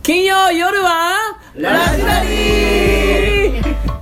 金曜夜はラジラリーイエーイ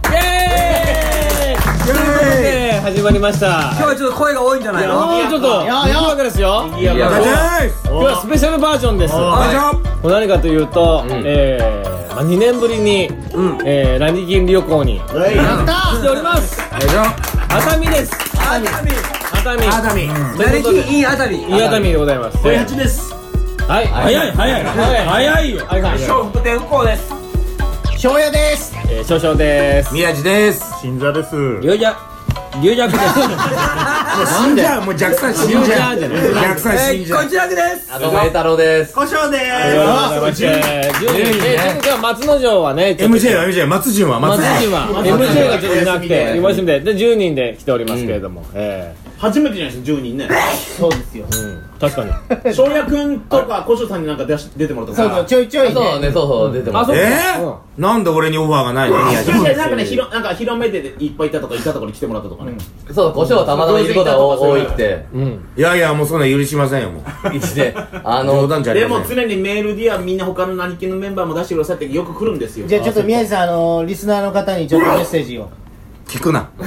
ということで始まりました。 今日はちょっと声が多いんじゃないの？ もうちょっと賑やかですよ。今日はスペシャルバージョンです。何かというと、2年ぶりに、ラニキン旅行に来ております。熱海です。熱海。ラニキン in 熱海でございます。 8です。 はい。早いよ。 笑福亭右近です。 翔也です。 少々です。 宮地です。 新座です。 龍尺です。 死んじゃう。もう逆算死んじゃう。逆算死んじゃう。 こちらくです。 あと栄太郎です。 小翔でーす。今日は松之丞はね、 MJ 松潤は MJ がちょっといなくていましてで10人で来ておりますけれども、 初めてじゃないですか、10人ね。 そうですよ。 確かに翔也くんとか小翔さんになんか出てもらったから。 そうちょいちょいそうね、そう出てます。 なんで俺にオファーがないの？ なんかね、なんか広めでいっぱいいたとか、いたところに来てもらったとかね。 そう、小翔はたまたまいることが多くて。 いやもうそんな許しませんよ。もう冗談じゃありでません。 も常にメールではみんな他の何系のメンバーも出してくださいってよく来るんですよ。 じゃあちょっと宮地さん、リスナーの方にちょっとメッセージを。 聞くな。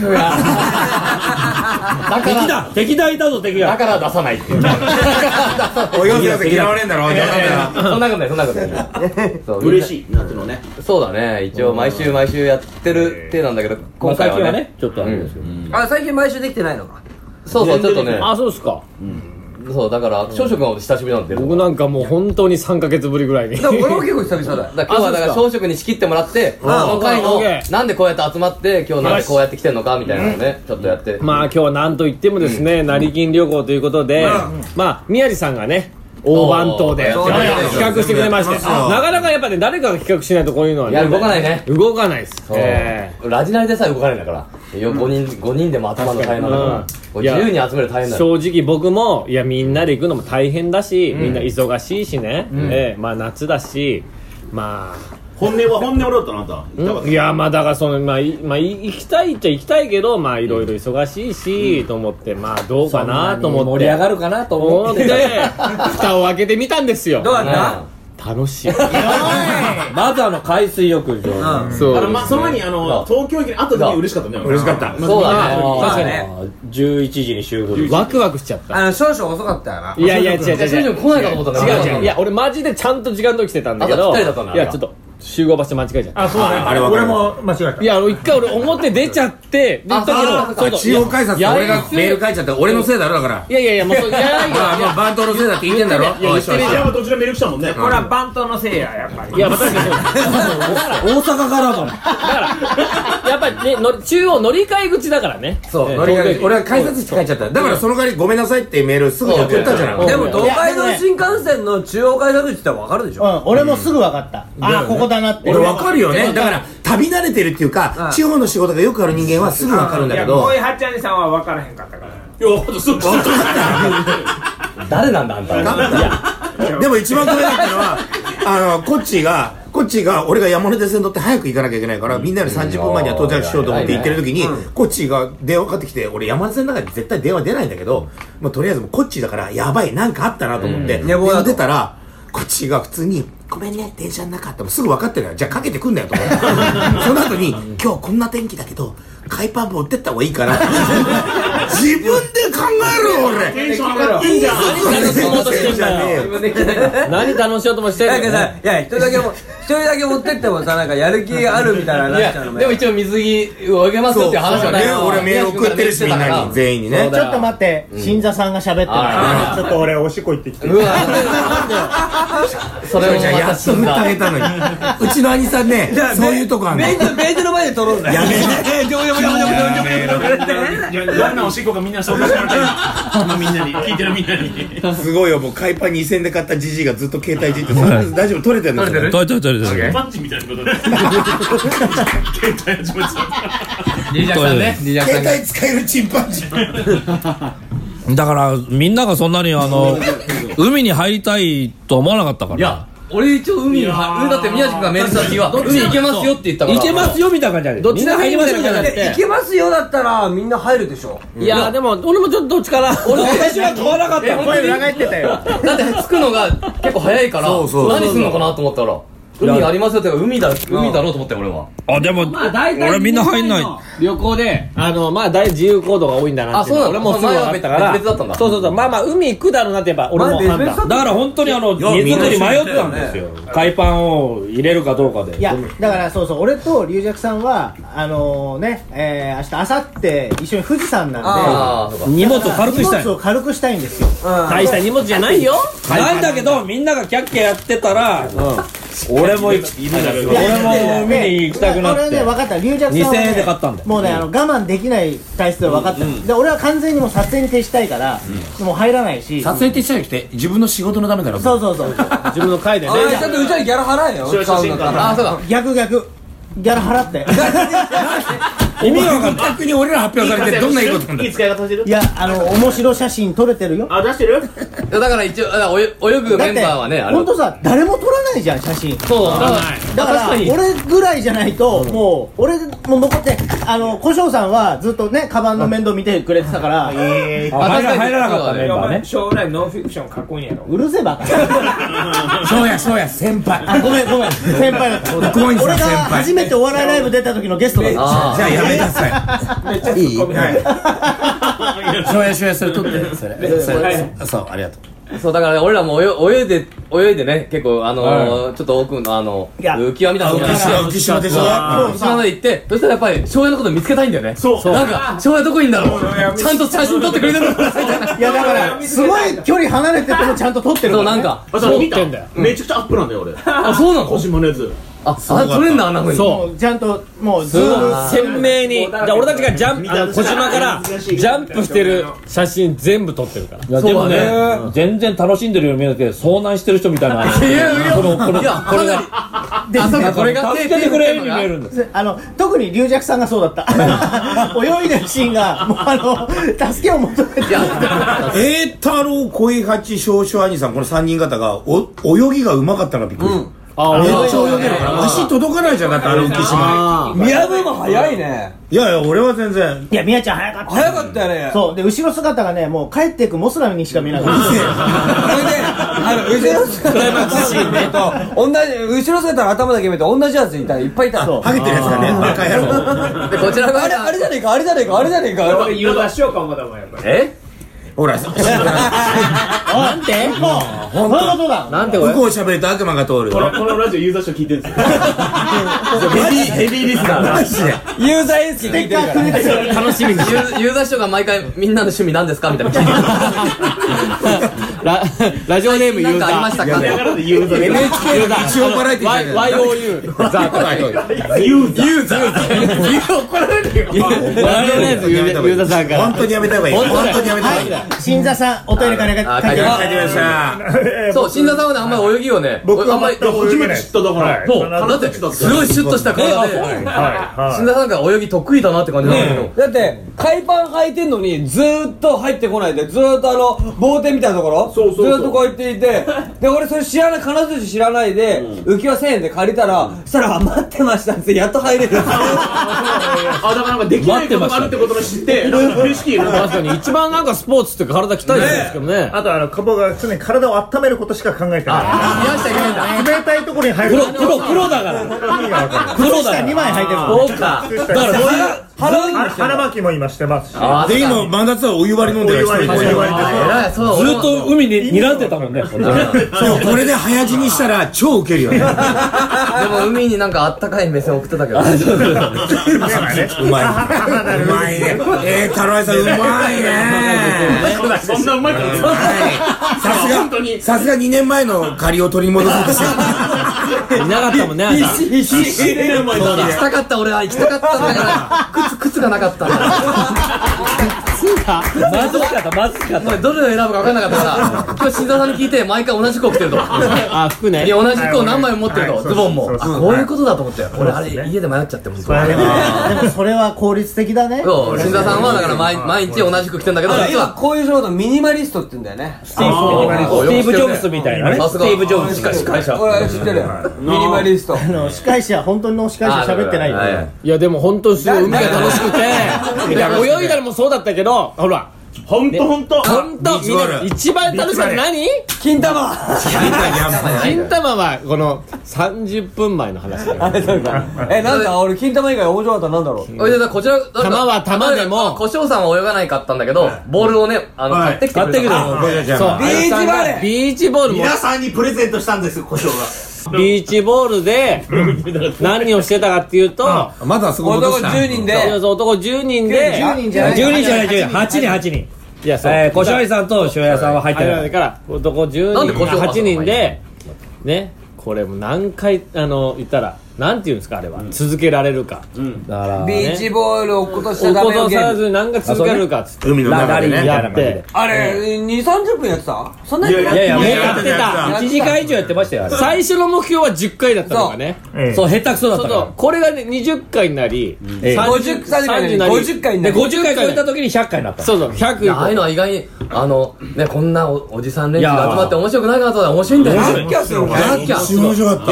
敵だいたぞ敵が。 だから出さないっていう。 おいよせ嫌われんだろ。 そんなことない。 嬉しいなんてのね。 そうだね、一応毎週やってる手なんだけど、今回はねちょっとあれですけど。 最近毎週できてないのか。 そうちょっとね。 あ、そうですか。 そうだから小食が久しぶりなんで。 僕なんかもう本当に3ヶ月ぶりぐらいに。 俺も結構久々だ。 今日はだから小食に仕切ってもらって、この回のなんでこうやって集まって今日なんでこうやって来てんのかみたいなのをねちょっとやって。 まあ今日はなんといってもですね、成金旅行ということで、まあ宮地さんがね大番頭で企画してくれまして、なかなかやっぱね誰かが企画しないとこういうのはね動かないね。 動かないです。 ラジナリでさえ動かないんだから。5人でも集まるの大変なんだから。10人集める大変だよ。 正直僕もいやみんなで行くのも大変だし、みんな忙しいしね、まあ夏だし、まあ本音俺だったのあんた。 いやまあだからそのまあ行きたいっちゃ行きたいけど、まあいろいろ忙しいしと思って、まあどうかなと思って盛り上がるかなと思って蓋を開けてみたんですよ。 どうだった？ 楽しい。 まず海水浴場。 そう。 その前に東京駅に会った時に嬉しかったね。 嬉しかった。 そうだね。 確かに 11時に集合。 ワクワクしちゃった。 少々遅かったよな。 いや違う。 少々来ないかと思ったんだ。 違う。いや俺マジでちゃんと時間通り来てたんだけど。いやちょっと集合場所間違えちゃった。 あ、そうね。俺も間違えた。 いや一回俺表出ちゃってで行ったけど、 中央改札で俺がメール書いちゃった。俺のせいだろだから。 いやもうそれ番頭のせいだって言ってんだろ。 いやどちらメール来たもんね。 これは番頭のせいやっぱり。 いや確かにそう。 大阪からだもん。 だからやっぱりね中央乗り換え口だからね。 そう乗り換え。俺は改札室書いちゃった。だからその代わりごめんなさいってメールすぐ送ったじゃない。 でも東海道新幹線の中央改札口って分かるでしょ。 俺もすぐ分かった。あ、ここだなって。 俺分かるよね。だから旅慣れてるっていうか地方の仕事がよくある人間はすぐ分かるんだけど。 こういうはっちゃんさんは分からへんかったから。 いやすぐ分かった。 誰なんだあんた。 でも一番ダメだったのはこっちが俺が山手線乗って早く行かなきゃいけないからみんなで30分前には到着しようと思って行ってる時にこっちが電話かかってきて、俺山手線の中で絶対電話出ないんだけど、まあとりあえずこっちだからやばいなんかあったなと思って電話出たらこっちが普通にごめんね電車の中ってもうすぐ分かってるからじゃあかけてくんだよと思ってその後に今日こんな天気だけど海パン持ってった方がいいかな自分で考えろ俺。 テンション上がってんじゃん。 何楽しようとしてんだよ。何楽しようともしてんの。 なんかさ、いや一人だけ持ってってもさ、なんかやる気があるみたいななっちゃうのも。 でも一応水着をあげますよっていう話はね。 俺メール送ってるしみんなに全員にね。 ちょっと待って、新座さんが喋ってる。ちょっと俺おしっこ行ってきて。 うわ。それをやっと振ってあげたのに。うちの兄さんね、そういうとこあんの。 ベンチの前で撮るんだよ。 やめね。 どんなおしっこかみんな紹介してもらってみんなに聞いてるみんなにすごいよ。もう海パン2000で買ったジジイがずっと携帯いじって大丈夫？撮れてるの？撮れてるパンチみたいなことで携帯始めちゃったリージャクさんね。 携帯使えるチンパンジーだからみんながそんなに海に入りたいと思わなかったから。 いや俺一応海だって宮地君がメールした時は海行けますよって言ったから。 行けますよみたいな感じじゃない。 どっちでも入りましょうじゃなくて行けますよだったらみんな入るでしょ。 いやでも俺もちょっとどっちから私は買わなかった。声裏返ってたよ。 だって着くのが結構早いから何すんのかなと思ったら海ありますよってか海だろうと思って俺は。 あ、でも、俺みんな入んない。 旅行で、まあ、自由行動が多いんだなっていうのは。俺もすぐ分かったから。 別だったんだ。 そう。まあ、海行くだろうなってやっぱ、俺も判断。 だから本当に水に迷ったんですよ。海パンを入れるかどうかで。 いや、だからそう、俺と龍尺さんは、明日、明後日、一緒に富士山なんで、 荷物を軽くしたい。 荷物を軽くしたいんですよ。 大した荷物じゃないよ。 なんだけど、みんながキャッキャやってたら、俺も海に行きたくなって。 俺ね、分かった。龍尺さんは 2000円で買ったんだよ。 もうね、我慢できない体質は分かった。で、俺は完全にもう撮影に徹したいから、もう入らないし。 撮影に徹したいじゃなくて、自分の仕事のためだろ。 そう。 自分の回でね。 ちゃんとうちらにギャラ払えよ。 あ、そうだ。 逆。ギャラ払って。 意味が分かんない。逆に俺ら発表されてどんないいことなんだ。 いい使い方してる？ いや、面白写真撮れてるよ。 あ、出してる？ だから一応泳ぐメンバーはね、 ほんとさ、誰も撮らないじゃん、写真。 そうだから俺ぐらいじゃないと、もう俺も残って、小翔さんはずっとね、カバンの面倒見てくれてたから。 入らなかったメンバーね。 将来ノンフィクションかっこいいんやろ。 うるせえばっか。 そうや、先輩。 ごめん、先輩だった。俺が初めてお笑いライブ出た時のゲストだった。 じゃあやめなさい。いい？はい。それ撮ってそれ。そう、ありがとう。 そうだから俺らも泳いでね、結構ちょっと奥の浮き輪みたいな浮島でしょ。 浮島まで行って、そしたらやっぱり翔平のこと見つけたいんだよね。そうなんか翔平どこいんだろう、ちゃんと写真撮ってくれてるのかみたいな。 いやだからすごい距離離れててもちゃんと撮ってる。 そうなんかそう見てんだよ。めちゃくちゃアップなんだよ俺。 あ、そうなの？ 小島のやつ。 撮れんだ、あんな風に。 そうちゃんともうズーム鮮明に。俺たちが小島からジャンプしてる写真全部撮ってるから。 いやでもね、全然楽しんでるように見えなくて、遭難してる人みたいな。これがこれが助けてくれるように見えるんです。 特に龍尺さんがそうだった。泳いでるシーンがもう助けを求めて。 栄太郎、小八、少々兄さん、この3人方が泳ぎがうまかったのがびっくり。めっちゃ泳げるから。足届かないじゃん、だって浮島。 宮部も早いね。 いや俺は全然。 いや、宮ちゃん早かった。 早かったよね。 そうで、後ろ姿がね、もう帰っていくモスラミにしか見えなかった。 それで後ろ姿後ろ姿の頭だけ見て同じやついたらいっぱいいた。 ハゲてるやつがね、赤いやろ。 でこちらがあれじゃねえか。 俺言う出しようかもだもんやっぱり。 ほら、 なんて本当だ。 なんて向こう喋ると悪魔が通る。 このラジオユーザー賞聞いてるんですよ。ヘビーリスナーマジで。 ユーザーエース聞いてるから楽しみに。 ユーザー賞が毎回みんなの趣味なんですかみたいな聞いてる。ラジオネームユーザー。なんかありましたかね。 NHK 一応バラエティー YOU ザーとかユーザー怒られるよ。ユーザーさんから本当にやめた方がいい。本当にやめた方がいい。 新座さん、おトイレから書いてました。 そう、新座さんはね、あんまり泳ぎをね、 僕あんまり初めて知っただから。 そう、だってすごいシュッとした体で、新座さんが泳ぎ得意だなって感じなんだけど。 だって海パン履いてんのにずーっと入ってこないで、ずーっとボーテンみたいなところずーっとこうやっていて、で俺それ金槌知らないで浮き輪1000円で借りたら、そしたら待ってましたってやっと入れる。 だからなんかできないことがあるってことを知って嬉しいな。確かに一番なんかスポーツって体鍛えてるんですけどね。 あとカボが常に体を温めることしか考えてない。 冷やしちゃいけないんだ。 冷たいところに入る。 黒だから。 黒だから2枚履いてる。 そうか。 だから腹巻きも今してますし。 で今真夏はお湯割り飲んでる人いる。 ずっと海に睨んでたもんね。 そうこれで早死にしたら超ウケるよね。 でも海になんかあったかい目線送ってたけど。 うまいね。太郎さんうまいね。 そんなうまいことさすが2年前の借りを取り戻そうとして。 いなかったもんね。 行きたかった、俺は行きたかったんだから。靴がなかったんだ。 まずかった。 どれを選ぶか分かんなかったから、今日新沢さんに聞いて毎回同じ服を着てると。 あ、服ね。 いや、同じ服を何枚も持ってると、ズボンも。あ、こういうことだと思って俺あれ家で迷っちゃって。 でもそれは効率的だね。 そう、新沢さんはだから毎日同じ服着てんだけど、実はこういう仕事ミニマリストって言うんだよね。 スティーブ・ジョブズみたいなね。スティーブ・ジョブズ司会者。 俺は知ってるよ。ミニマリスト。 司会者、本当の司会者喋ってないよ。 いやでも本当にすごい海が楽しくて、泳いだらもそうだったけど、ほらほんとほんと一番楽しかった何？ 金玉金玉はこの30分前の話だよ。 なんだ俺金玉以外面白かったらなんだろう。 こちら玉は玉でも小翔さんは泳がないかったんだけどボールをね買ってきてくれた。 そうビーチボールも皆さんにプレゼントしたんですよ、小翔が。 ビーチボールで何をしてたかっていうと、 まだそこ男10人で男10人で 10人じゃない 10人じゃない8人いやそう小翔さんと塩屋さんは入ってないから男10人8人でね、これも何回言ったらなんていうんですかあれは、続けられるか。 だからビーチボールを落っことしちゃダメよ落っことさずに何回続けられるかっつって海の中でねやってあれ2-30分やってた？そんなにいやいやもうやってた 1時間以上やってましたよ。 最初の目標は10回だったのがね。 そう下手くそだったからそうこれがね20回になり 50回になり50回になでり 50回超えた時に100回になった。 そうそう100 ああいうのは意外にねこんなおじさん連中が集まって面白くないかなと思ったら面白いんだよ。 キャスよ面白かった。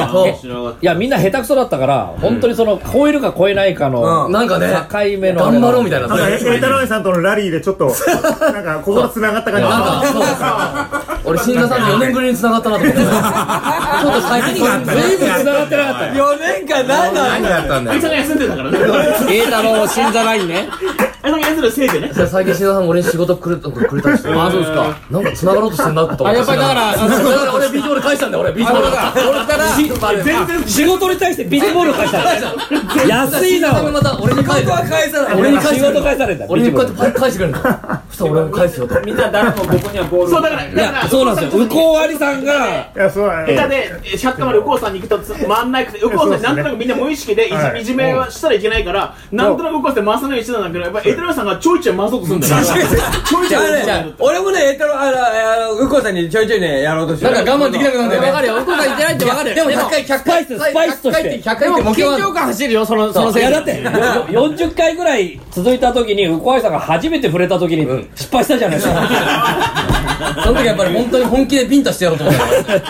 いやみんな下手くそだったから本当にその超えるか超えないかのなんかね境目の頑張ろうみたいな。 なんかエタロイさんとのラリーでちょっとなんか心つながった感じ。 なんかそう俺新田さんと4年ぶりに繋がったなと思ってちょっと最近随分繋がってなかったよ。 4年間何だ何やったんだよ。 あいつが休んでたからね。 栄太郎新座ラインね。 あいつが休んでるせいでね。 最近新田さん俺に仕事くれたりしてあそうですか。 なんか繋がろうとしてんなと思って。 やっぱりだから俺ビーチボール返したんだよ。俺ビーチボールから仕事に対してビーチボールを返したの安いな。 また俺に返す。 返さない俺に返仕事返されるんだ。 俺にこうやって返してくれるんだ。そしたら俺も返すよと。 みんな誰もここにはボールそうだからいやそうなんですよ。右近ありさんがいやそうだ下手ね。 で100回まで右近さんに行くと回んなくて、右近さんになんとなくみんな無意識でいじめはしたらいけないからなんとなく右近さん回さないようにしてたんだけど、やっぱエテラさんがちょいちょい回そうとするんだよ。ちょいちょい俺もね右近さんにちょいちょいねやろうとしてなんか我慢できなくなるんだよね。 分かるよ右近さんいけないって分かる。 でも100回スパイスとして 100 でも回って目標緊張感走るよそのいやだって40回ぐらい続いた時に右近ありさんが初めて触れた時に失敗したじゃないですか。 その時やっぱり本当に本気でビンタしてやろうと思った。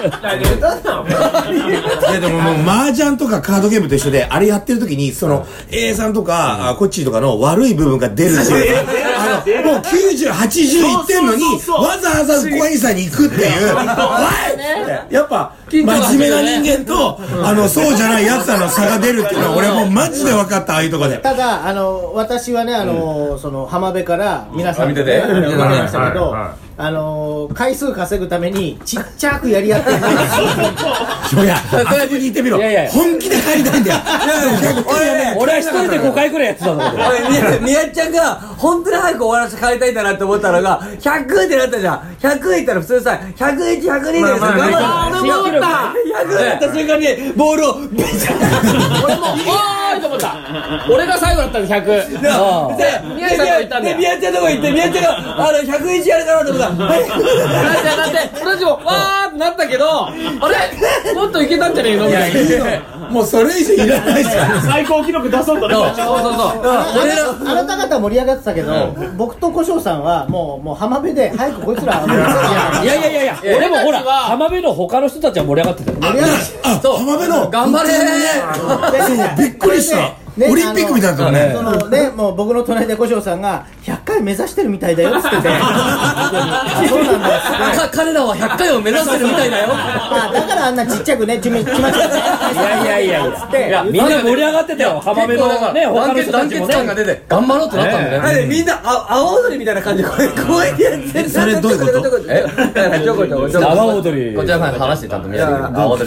いやでももう麻雀とかカードゲームと一緒であれやってる時にその A さんとかコッチーとかの悪い部分が出るっていうもう90、80いってんのにわざわざ小柳さんに行くっていうやっぱ真面目な人間とそうじゃないやつらの差が出るっていうのは俺はもうマジで分かった。ああいうとこでただ私はねその浜辺から皆さん見てて見ましたけど回数稼ぐためにちっちゃくやり合ってるんですよ。 いやあそこにいてみろ。 いやいや本気で帰りたいんだよ。 俺は一人で5回くらいやってたんだけど俺みやちゃんが本当に早く終わらせて帰りたいんだなって思ったのが100ってなったじゃん。100いったら普通さ101、102でさ俺も思った 100だった瞬間にボールをベチャ俺もおーいと思った。俺が最後だったんで100で宮治さんが言ったんだよ。 みやちゃんのとこ行ってみやちゃんが101やるかなと思ったらだって俺たちもわーってなったけどあれもっといけたんじゃねえのみたいな。 もうそれ以上いらないじゃん。 最高記録出そうとね。 あなた方盛り上がってたけど僕と小翔さんはもう浜辺で早くこいつらいやでもほら浜辺の他の人たちは盛り上がってたよ。 盛り上がって浜辺の頑張れそうびっくりした。オリンピックみたいだったね。 そのねもう僕の隣で小翔さんが100回目指してるみたいだよっつっててそうなんだよ彼らは100回を目指してるみたいだよ。 だからあんなちっちゃくね決まっちゃったいやみんな盛り上がってたよ。浜辺のね他の人た団結ちもね感が出て頑張ろうってなったんだね。 みんな青踊りみたいな感じでこうやってやってる。 それどういうこと？ ちょこちょこちょこ阿波踊りこちらさん話してちゃんと見だからもっ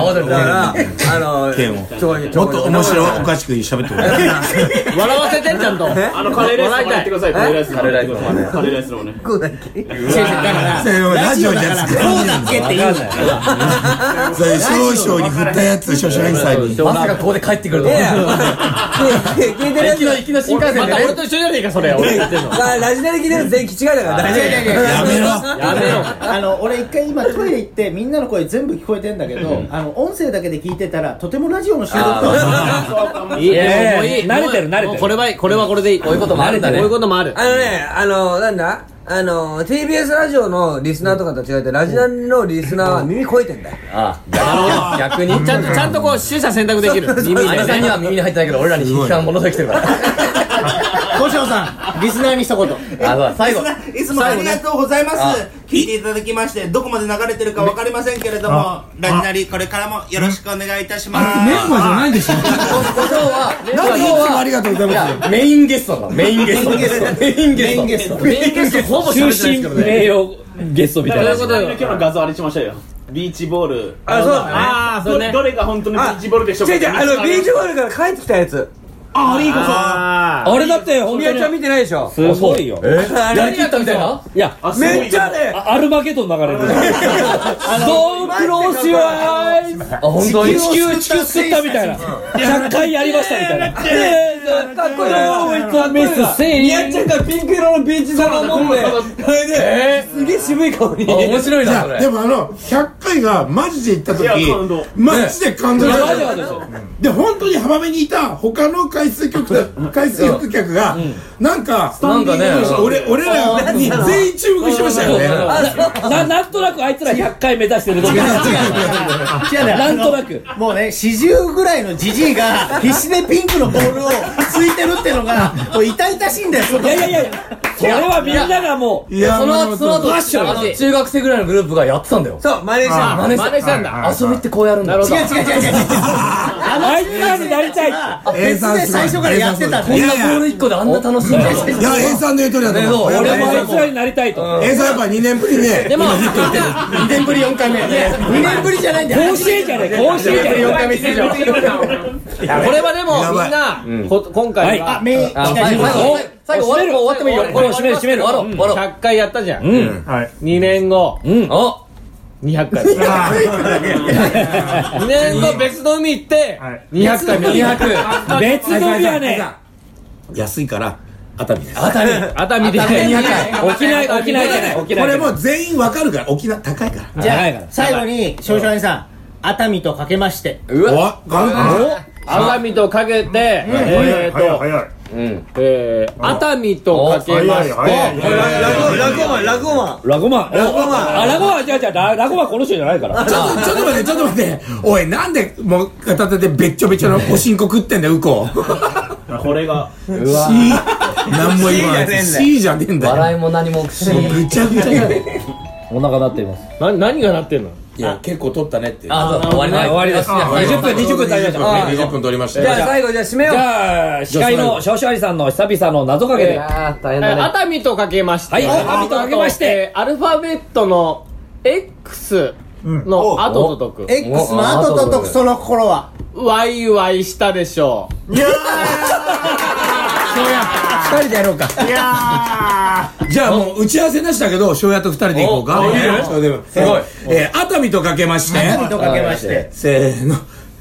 と面白おかしく喋ってくれ。 笑わせてんちゃんとカレーライスの真似やってください。カレーライスの真似。カレーライスのね。 こうだっけラジオじゃなくてそうだっけって言うそれ少々に振ったやつ少々さんにまさかここで帰ってくると思う。 聞いてるやついきなり新幹線でね。 俺と一緒じゃねえかそれ。俺言ってんのラジナで聞いてるやつ全員気違いだから大丈夫。 やめろ。 俺一回今トイレ行ってみんなの声全部聞こえてんだけど音声だけで聞いてたらとてもラジオの収録といいもういい慣れてるもうこれはこれでいい。 こういうこともあるんだね。 こういうこともある。 なんだTBS ラジオのリスナーとかと違ってラジナのリスナーは耳超えてんだよ。 逆にちゃんとこう取捨選択できる。耳あれさんには耳に入ってないけど俺らに批判物が来てるから。 小翔さん、リスナーに一言。 最後いつもありがとうございます。聞いていただきまして、どこまで流れてるかわかりませんけれども、ラジナリこれからもよろしくお願いいたします。 メンバーじゃないんでしょ。 今日はなんでいつもありがとうございます。 メインゲストだ。メインゲストほぼ終身名誉ゲストみたいな。 今日の画像あれしましたよ。ビーチボール。 そうね。 どれが本当のビーチボールでしょうか。 違うビーチボールから帰ってきたやつ。 あれいいこそ。 あれだって本当にみやちゃん見てないでしょ。 すごいよ。 やりきったみたいな。 いやめっちゃね、 アルマゲドン流れる。Don't close your eyes。 本当に地球吸ったみたいな。100回やりましたみたいな。 かっこいいよ。 ミスセイみやちゃんがピンク色のビーチ皿を飲んで、それですげえ渋い顔に。 面白いなそれ。 でも100回がマジで行った時、マジで感動した。で本当に浜辺にいた他の海水浴客がなんかね、俺らに全員注目しましたよね。 なんとなくあいつら100回目指してる。なんとなくもうね、40ぐらいのジジイが必死でピンクのボールをついてるっていうのがもう痛々しいんだよ。 いやそれはみんながもうその後中学生ぐらいのグループがやってたんだよ。 そう真似したんだ。 遊びってこうやるんだ。 違うあいつらになりたい。 別で最初からやってたんだ。 こんなボール1個であんな楽しいんだ。 いや A さんの言う通りだと思う。 俺もあいつらになりたいと。 A さんやっぱ2年ぶりね。 でも 2年ぶり4回目。 2年ぶりじゃないんだよ。 甲子園じゃねえ、甲子園じゃねえ。 4回目出場。 これはでもみんな今回は最後終わってもいいよ。 締める終わろう。 100回やったじゃん。 はい。 2年後200回2年後別の海行って200回200 別の海はね、 安いから熱海です。 熱海で200回。 沖縄じゃない。 これもう全員わかるから。沖縄高いから。 じゃあ最後に少々兄さん、熱海とかけまして。 熱海とかけて早い。 熱海とかけまして、 ラゴマじゃあラゴマこの人じゃないから。 ちょっと待って。おい、なんでもう片手でべっちょべちょのおしんこ食ってんだよ、ウコ。 これが C なんも言わない。 C じゃねえんだよ。 笑いも何も口ぐちゃぐちゃだよ。 お腹鳴っています。 何が鳴ってんの？ いや結構取ったねって。 終わりです。 20分経りました。 20分取りました。 じゃあ最後締めよう。 じゃあ司会の少々ありさんの久々の謎かけで。 大変だね。 熱海とかけまして、 はい、熱海とかけましてアルファベットの X の後と解く。 X の後と解く。その心はワイワイしたでしょう。 いや2人でやろうか。いやじゃあもう打ち合わせなしだけど、翔也と2人でいこうか。すごい。熱海とかけまして、せーの。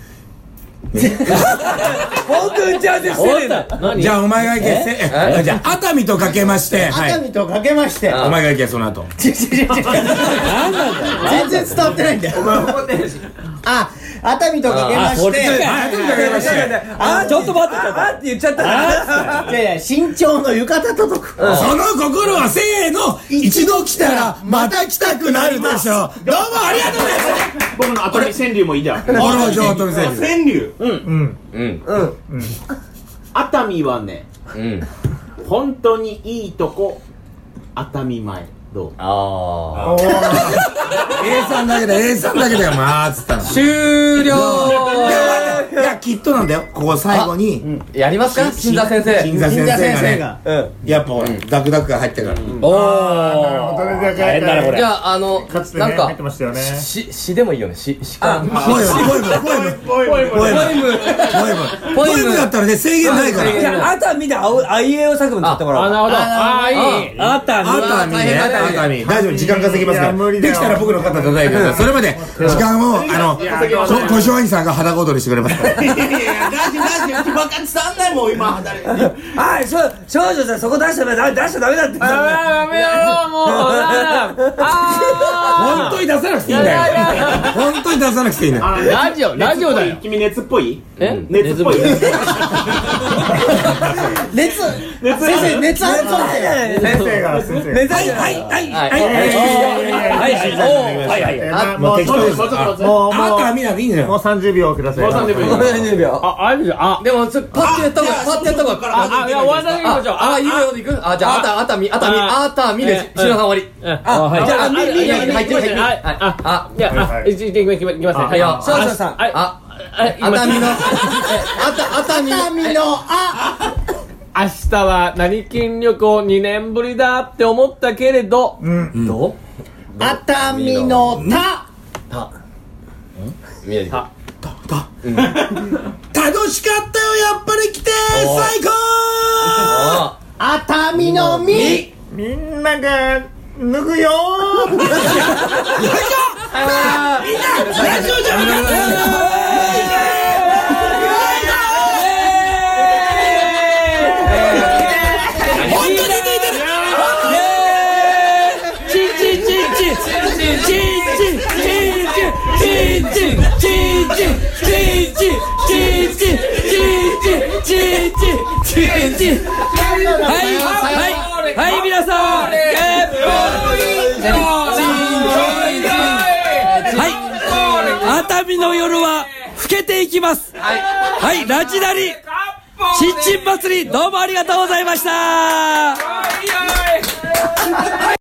本当打ち合わせしてるんだ。 じゃあお前がいけ。じゃあ熱海とかけまして、 熱海とかけまして、 お前がいけ。その後全然伝わってないんだよ。お前怒ってるし。熱海とかけまして、 ちょっと待ってって言っちゃった。 いや身長の浴衣と解く。 その心はせーの、一度来たらまた来たくなるでしょう。どうもありがとうございます。 僕の熱海川柳もいいじゃん。 熱海熱海はね、本当にいいとこ熱海前。どう？ A さんだけだよ。まあつったの終了。 いやきっとなんだよ。ここ最後にやりますか、新座先生がね、やっぱダクダクが入ってるから。 大変だなこれ。 じゃあなんか詩でもいいよね。詩かポエムだったらね制限ないから。 じゃあ熱海であいうえお作文作ってもらおう。 なるほど。いい。 熱海大丈夫、時間稼ぎますから。できたら僕の肩叩いてください。それまで時間を小正兄さんが裸踊りしてくれますから。 いや大丈夫バカ伝わんないもん今。 はい、少女さんそこ出しちゃダメだって。 ダメよもう。 本当に出さなくていいんだよ。本当に出さなくていいんだよ。 ラジオだよ。 君熱っぽい？ 熱っぽい。 熱先生熱あるぞ先生が先生もう適当です。もう赤見なくていいんだよ。 もう30秒ください。 もう30秒。 あれじゃあでもパッてやった方がいや終わらないでいきましょう。 いいよいく。じゃあ熱海で篠さん終わり。 じゃあ入ってる。 いや行きますね。 はいよ。 少々さん熱海の明日は何県旅行2年ぶりだって思ったけれど、 どう熱海の宮治君楽しかったよ、やっぱり来て最高。 熱海の実みんなが脱ぐよー。 ラジオじゃなかったよ。 はい皆さんはい熱海の夜は更けていきます。はいラジナリちんちん祭りどうもありがとうございました。